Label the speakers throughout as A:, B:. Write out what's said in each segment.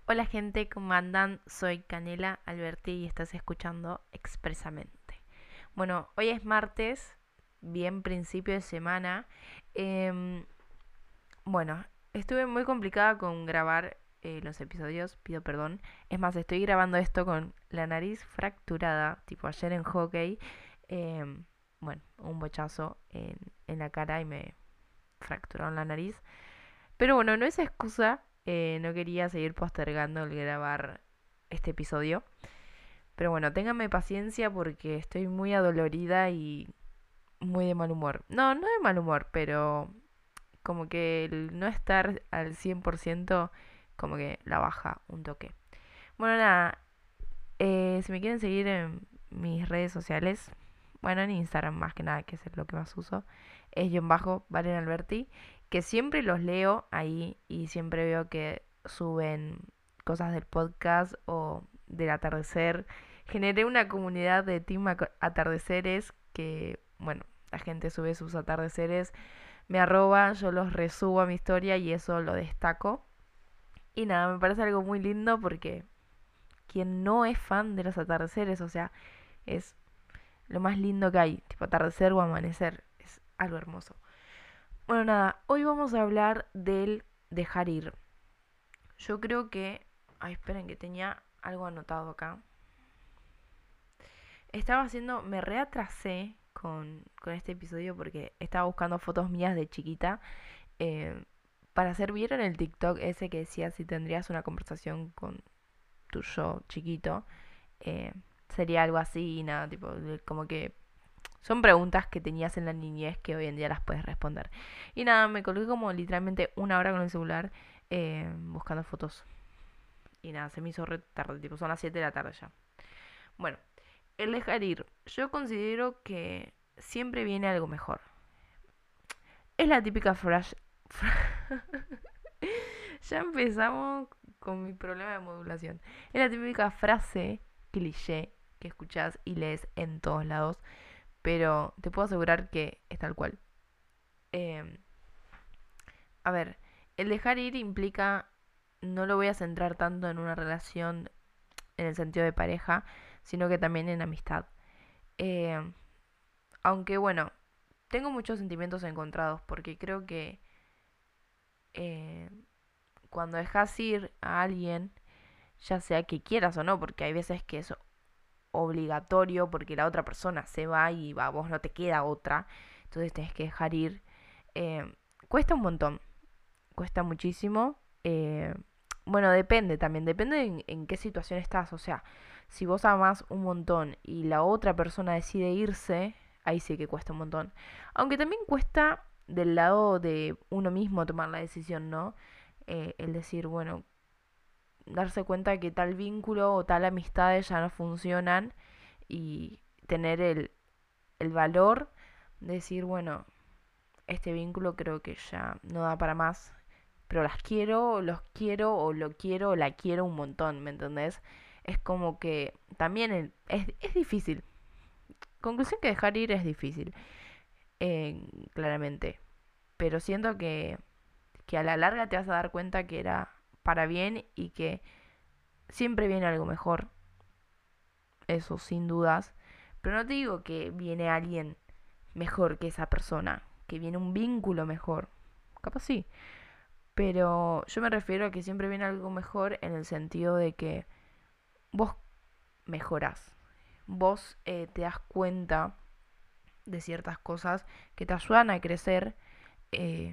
A: Hola gente, ¿cómo andan? Soy Canela Alberti y estás escuchando Expresamente. Bueno, hoy es martes, bien principio de semana. Em, bueno, estuve muy complicada con grabar los episodios, pido perdón. Es más, estoy grabando esto con la nariz fracturada, tipo ayer en hockey. Em, bueno, un bochazo en la cara y me fracturaron la nariz. Pero bueno, no es excusa. No quería seguir postergando el grabar este episodio. Pero bueno, ténganme paciencia porque estoy muy adolorida y muy de mal humor. No, no de mal humor, pero como que el no estar al 100% como que la baja un toque. Bueno, nada, si me quieren seguir en mis redes sociales, bueno, en Instagram más que nada, que es lo que más uso, es guión bajo Valen Alberti, que siempre los leo ahí y siempre veo que suben cosas del podcast o del atardecer. Generé una comunidad de team atardeceres que, bueno, la gente sube sus atardeceres, me arroba, yo los resubo a mi historia y eso lo destaco. Y nada, me parece algo muy lindo porque quien no es fan de los atardeceres, o sea, es lo más lindo que hay, tipo atardecer o amanecer, es algo hermoso. Bueno, nada, hoy vamos a hablar del dejar ir. Yo creo que... Ay, esperen que tenía algo anotado acá. Estaba haciendo... Me reatrasé con este episodio porque estaba buscando fotos mías de chiquita. eh, para hacer, ¿vieron el TikTok ese que decía si tendrías una conversación con tu yo chiquito? Eh, Sería algo así y nada, tipo, como que son preguntas que tenías en la niñez que hoy en día las puedes responder. Y nada, me colgué como literalmente una hora con el celular buscando fotos. Y nada, se me hizo re tarde, tipo, son las 7 de la tarde ya. Bueno, el dejar ir. Yo considero que siempre viene algo mejor. Es la típica frase... ya empezamos con mi problema de modulación. Es la típica frase cliché que escuchás y lees en todos lados, pero te puedo asegurar que es tal cual. Eh, a ver, el dejar ir implica, no lo voy a centrar tanto en una relación en el sentido de pareja, sino que también en amistad. Eh, Aunque bueno, tengo muchos sentimientos encontrados porque creo que eh, cuando dejas ir a alguien, ya sea que quieras o no, porque hay veces que es obligatorio porque la otra persona se va y a vos no te queda otra, entonces tenés que dejar ir. eh, Cuesta un montón, cuesta muchísimo. Bueno, depende también, depende en qué situación estás. O sea, si vos amás un montón y la otra persona decide irse, ahí sí que cuesta un montón. Aunque también cuesta del lado de uno mismo tomar la decisión, ¿no? El decir, bueno, darse cuenta de que tal vínculo o tal amistad ya no funcionan y tener el valor de decir, bueno, este vínculo creo que ya no da para más, pero las quiero, los quiero o lo quiero o la quiero un montón, ¿me entendés? Es como que también es difícil. Conclusión que dejar ir es difícil, claramente. Pero siento que a la larga te vas a dar cuenta que era para bien y que siempre viene algo mejor. Eso sin dudas. Pero no te digo que viene alguien mejor que esa persona, que viene un vínculo mejor. Capaz sí. Pero yo me refiero a que siempre viene algo mejor en el sentido de que vos mejorás. Vos te das cuenta de ciertas cosas que te ayudan a crecer. eh,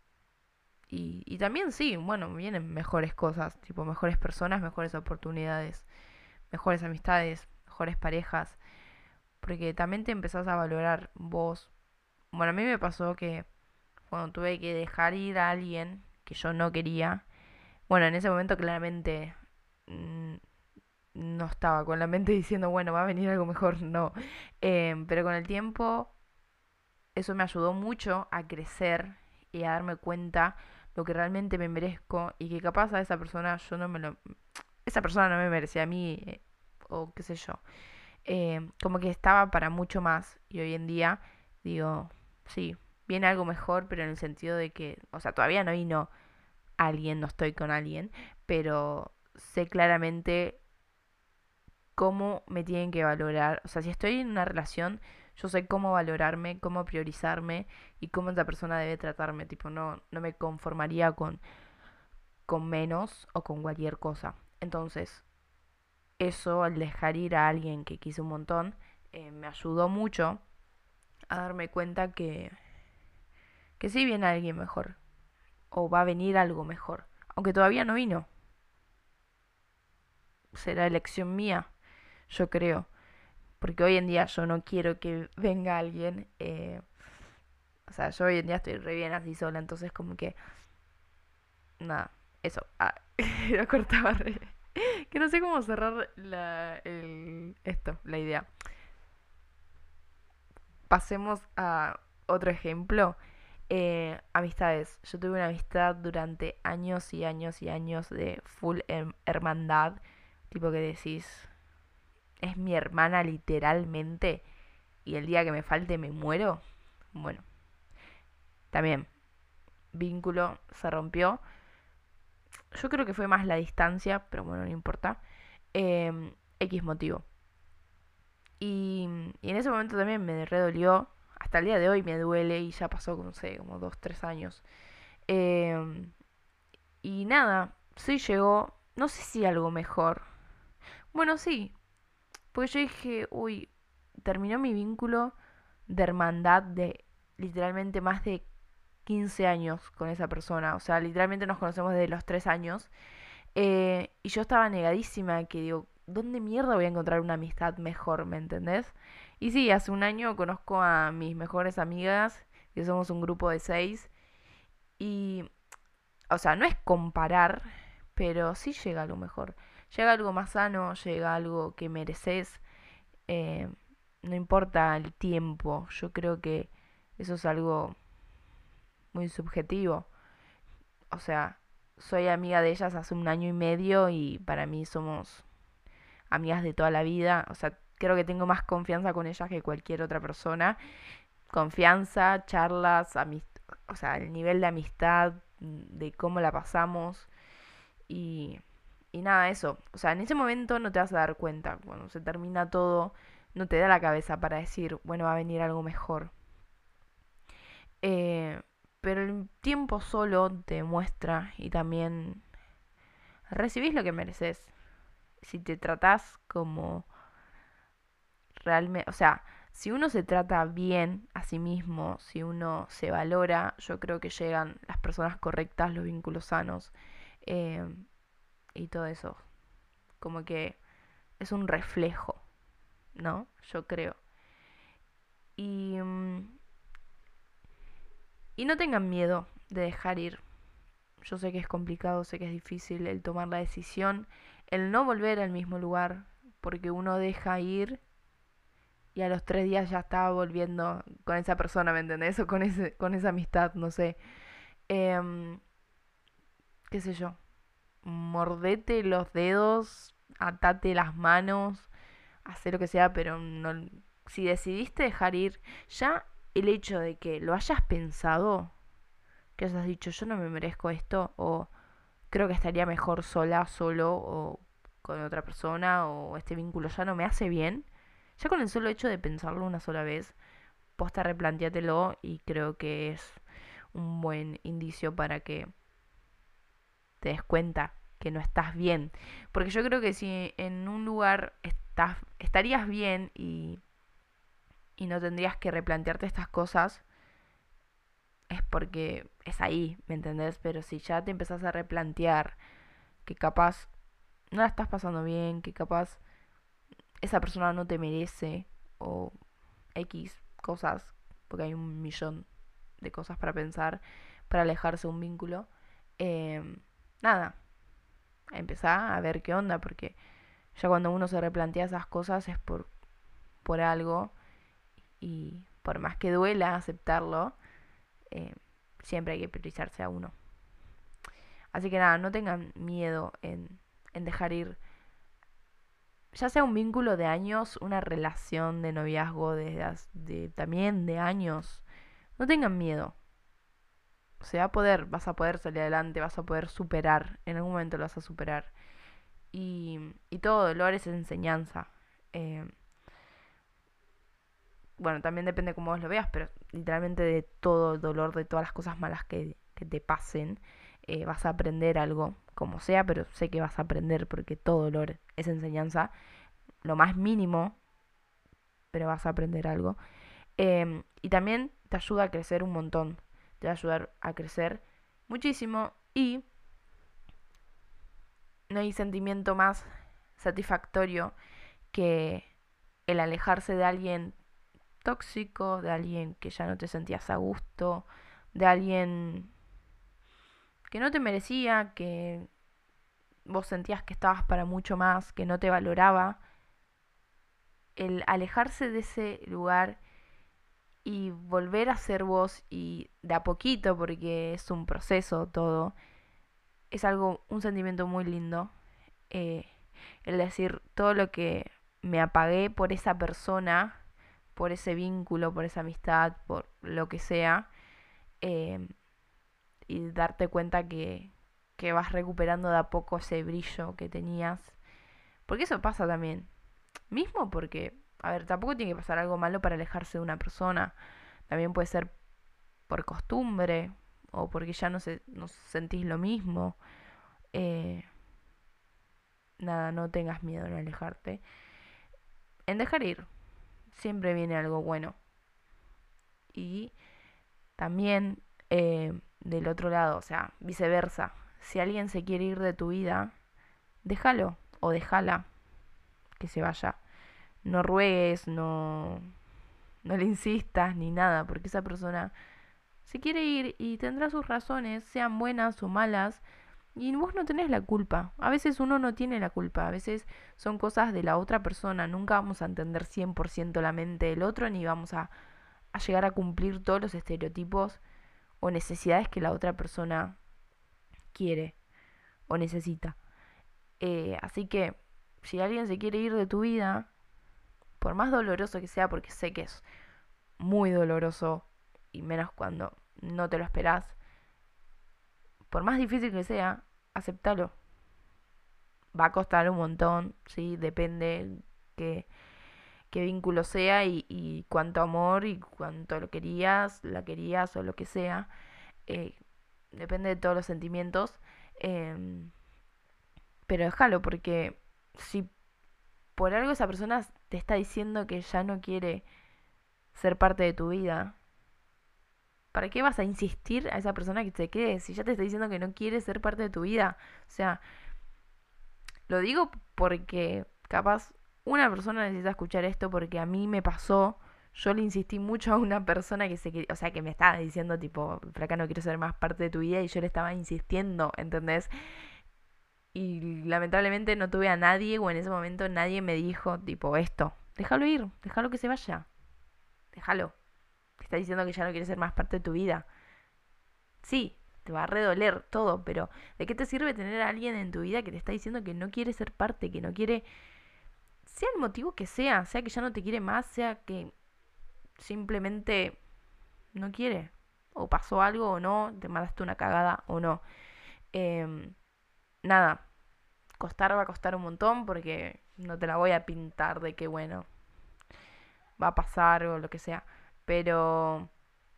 A: y también sí, bueno, vienen mejores cosas, tipo mejores personas, mejores oportunidades, mejores amistades, mejores parejas. Porque también te empezás a valorar vos. Bueno, a mí me pasó que cuando tuve que dejar ir a alguien que yo no quería, bueno, en ese momento claramente mm, no estaba con la mente diciendo, bueno, va a venir algo mejor, no. Pero con el tiempo eso me ayudó mucho a crecer y a darme cuenta lo que realmente me merezco y que capaz a esa persona yo no me lo... Esa persona no me merecía a mí o qué sé yo. Como que estaba para mucho más y hoy en día digo, sí, viene algo mejor, pero en el sentido de que, o sea, todavía no vino alguien, no estoy con alguien, pero sé claramente cómo me tienen que valorar. O sea, si estoy en una relación, yo sé cómo valorarme, cómo priorizarme y cómo otra persona debe tratarme. Tipo, no me conformaría con menos o con cualquier cosa. Entonces, eso, al dejar ir a alguien que quise un montón, me ayudó mucho a darme cuenta que sí viene alguien mejor. O va a venir algo mejor. Aunque todavía no vino. Será elección mía, yo creo. Porque hoy en día yo no quiero que venga alguien. O sea, yo hoy en día estoy re bien así sola. Entonces como que... Nada, eso. Lo cortaba re. Que no sé cómo cerrar la idea. Pasemos a otro ejemplo. Amistades. Yo tuve una amistad durante años y años y años de full hermandad. Tipo que decís, es mi hermana literalmente. Y el día que me falte me muero. Bueno, también, vínculo se rompió. Yo creo que fue más la distancia, pero bueno, no importa. X motivo. Y en ese momento también me redolió. Hasta el día de hoy me duele y ya pasó, no sé, como 2, 3 años. Eh, y nada, sí llegó, no sé si algo mejor. Bueno, sí, porque yo dije, uy, terminó mi vínculo de hermandad de literalmente más de 15 años con esa persona. O sea, literalmente nos conocemos desde los 3 años. Y yo estaba negadísima, que digo, ¿dónde mierda voy a encontrar una amistad mejor? ¿Me entendés? Y sí, hace un año conozco a mis mejores amigas, que somos un grupo de 6. Y, o sea, no es comparar, pero sí llega a lo mejor. Llega algo más sano, llega algo que mereces. eh, no importa el tiempo, yo creo que eso es algo muy subjetivo. O sea, soy amiga de ellas hace un año y medio y para mí somos amigas de toda la vida. O sea, creo que tengo más confianza con ellas que cualquier otra persona. Confianza, charlas, o sea, el nivel de amistad, de cómo la pasamos y, y nada, eso. O sea, en ese momento no te vas a dar cuenta. Cuando se termina todo, no te da la cabeza para decir, bueno, va a venir algo mejor. Eh, pero el tiempo solo te muestra y también recibís lo que mereces. Si te tratás como realmente, o sea, si uno se trata bien a sí mismo, si uno se valora, yo creo que llegan las personas correctas, los vínculos sanos eh, y todo eso. Como que es un reflejo, ¿no? Yo creo. Y, y no tengan miedo de dejar ir. Yo sé que es complicado, sé que es difícil el tomar la decisión, el no volver al mismo lugar, porque uno deja ir y a los 3 días ya estaba volviendo con esa persona, ¿me entendés? O con esa amistad, no sé. Em, ¿Qué sé yo? Mordete los dedos, atate las manos, hacer lo que sea, pero no, si decidiste dejar ir, ya el hecho de que lo hayas pensado, que hayas dicho yo no me merezco esto, o creo que estaría mejor sola, solo, o con otra persona, o este vínculo ya no me hace bien, ya con el solo hecho de pensarlo una sola vez, posta replanteatelo y creo que es un buen indicio para que te des cuenta que no estás bien. Porque yo creo que si en un lugar estarías bien y no tendrías que replantearte estas cosas, es porque es ahí, ¿me entendés? Pero si ya te empezás a replantear que capaz no la estás pasando bien, que capaz esa persona no te merece o X cosas, porque hay un millón de cosas para pensar, para alejarse de un vínculo, nada, empezá a ver qué onda, porque ya cuando uno se replantea esas cosas es por algo y por más que duela aceptarlo, eh, siempre hay que priorizarse a uno. Así que nada, no tengan miedo en dejar ir, ya sea un vínculo de años, una relación de noviazgo también de años. No tengan miedo. Se va a poder, vas a poder salir adelante, vas a poder superar, en algún momento lo vas a superar. y todo dolor es enseñanza. Eh, bueno, también depende cómo vos lo veas, pero literalmente de todo dolor, de todas las cosas malas que te pasen, vas a aprender algo, como sea, pero sé que vas a aprender porque todo dolor es enseñanza, lo más mínimo, pero vas a aprender algo. Y también te ayuda a crecer un montón, te va a ayudar a crecer muchísimo y no hay sentimiento más satisfactorio que el alejarse de alguien tóxico, de alguien que ya no te sentías a gusto, de alguien que no te merecía, que vos sentías que estabas para mucho más, que no te valoraba. El alejarse de ese lugar y volver a ser vos y de a poquito, porque es un proceso todo, es algo, un sentimiento muy lindo. Eh, el decir todo lo que me apagué por esa persona, por ese vínculo, por esa amistad, por lo que sea, eh, y darte cuenta que vas recuperando de a poco ese brillo que tenías. Porque eso pasa también. Mismo porque, a ver, tampoco tiene que pasar algo malo para alejarse de una persona. También puede ser por costumbre o porque ya no sentís lo mismo. Eh, nada, no tengas miedo en alejarte. En dejar ir, siempre viene algo bueno. Y también del otro lado, o sea, viceversa. Si alguien se quiere ir de tu vida, déjalo o déjala que se vaya. No ruegues, no le insistas ni nada, porque esa persona se quiere ir y tendrá sus razones, sean buenas o malas, y vos no tenés la culpa. A veces uno no tiene la culpa, a veces son cosas de la otra persona. Nunca vamos a entender 100% la mente del otro, ni vamos a llegar a cumplir todos los estereotipos o necesidades que la otra persona quiere o necesita. Así que si alguien se quiere ir de tu vida, por más doloroso que sea, porque sé que es muy doloroso, y menos cuando no te lo esperás, por más difícil que sea, aceptalo. Va a costar un montón, ¿sí? Depende qué vínculo sea y cuánto amor y cuánto lo querías, la querías o lo que sea. Eh, depende de todos los sentimientos. Eh, pero déjalo, porque si por algo esa persona te está diciendo que ya no quiere ser parte de tu vida, ¿para qué vas a insistir a esa persona que te quede si ya te está diciendo que no quiere ser parte de tu vida? O sea, lo digo porque capaz una persona necesita escuchar esto porque a mí me pasó. Yo le insistí mucho a una persona o sea, que me estaba diciendo tipo, flaca, no quiero ser más parte de tu vida y yo le estaba insistiendo, ¿entendés? Y lamentablemente no tuve a nadie o en ese momento nadie me dijo tipo esto, déjalo ir, déjalo que se vaya, déjalo. Te está diciendo que ya no quiere ser más parte de tu vida. Sí, te va a redoler todo, pero ¿de qué te sirve tener a alguien en tu vida que te está diciendo que no quiere ser parte, que no quiere, sea el motivo que sea que ya no te quiere más, sea que simplemente no quiere, o pasó algo o no, te mandaste una cagada o no? Eh, nada, costar va a costar un montón porque no te la voy a pintar de que, bueno, va a pasar o lo que sea, pero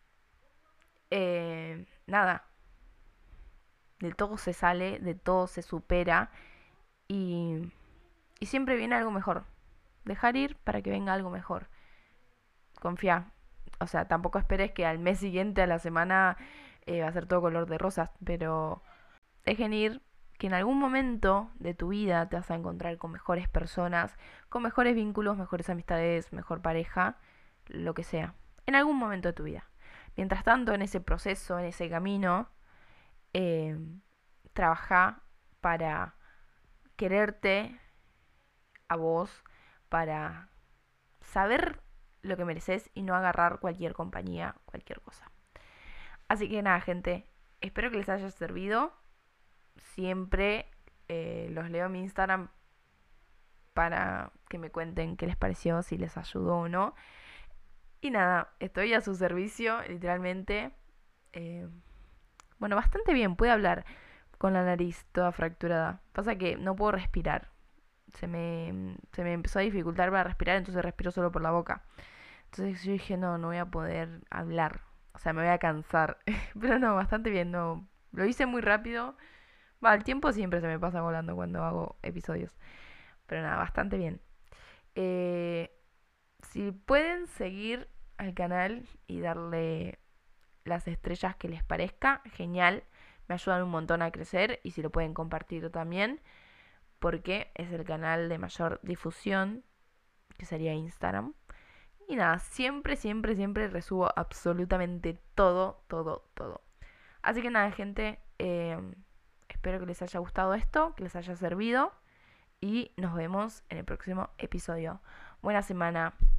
A: nada, de todo se sale, de todo se supera y, y siempre viene algo mejor. Dejar ir para que venga algo mejor. Confía. O sea, tampoco esperes que al mes siguiente, a la semana, va a ser todo color de rosas, pero dejen ir que en algún momento de tu vida te vas a encontrar con mejores personas, con mejores vínculos, mejores amistades, mejor pareja, lo que sea. En algún momento de tu vida. Mientras tanto, en ese proceso, en ese camino, eh, trabaja para quererte a vos, para saber lo que mereces y no agarrar cualquier compañía, cualquier cosa. Así que nada, gente, espero que les haya servido. Siempre los leo en mi Instagram para que me cuenten qué les pareció, si les ayudó o no. Y nada, estoy a su servicio, literalmente. Eh, bueno, bastante bien, puede hablar. con la nariz toda fracturada. Pasa que no puedo respirar. Se me empezó a dificultar para respirar, entonces respiro solo por la boca. Entonces yo dije, no, no voy a poder hablar. O sea, me voy a cansar. Pero no, bastante bien, no. Lo hice muy rápido. Va, el tiempo siempre se me pasa volando cuando hago episodios. Pero nada, bastante bien. Eh, si pueden seguir al canal y darle las estrellas que les parezca, genial. Me ayudan un montón a crecer y si lo pueden compartir también, porque es el canal de mayor difusión, que sería Instagram. Y nada, siempre, siempre, siempre resubo absolutamente todo, todo, todo. Así que nada, gente, espero que les haya gustado esto, que les haya servido y nos vemos en el próximo episodio. Buena semana.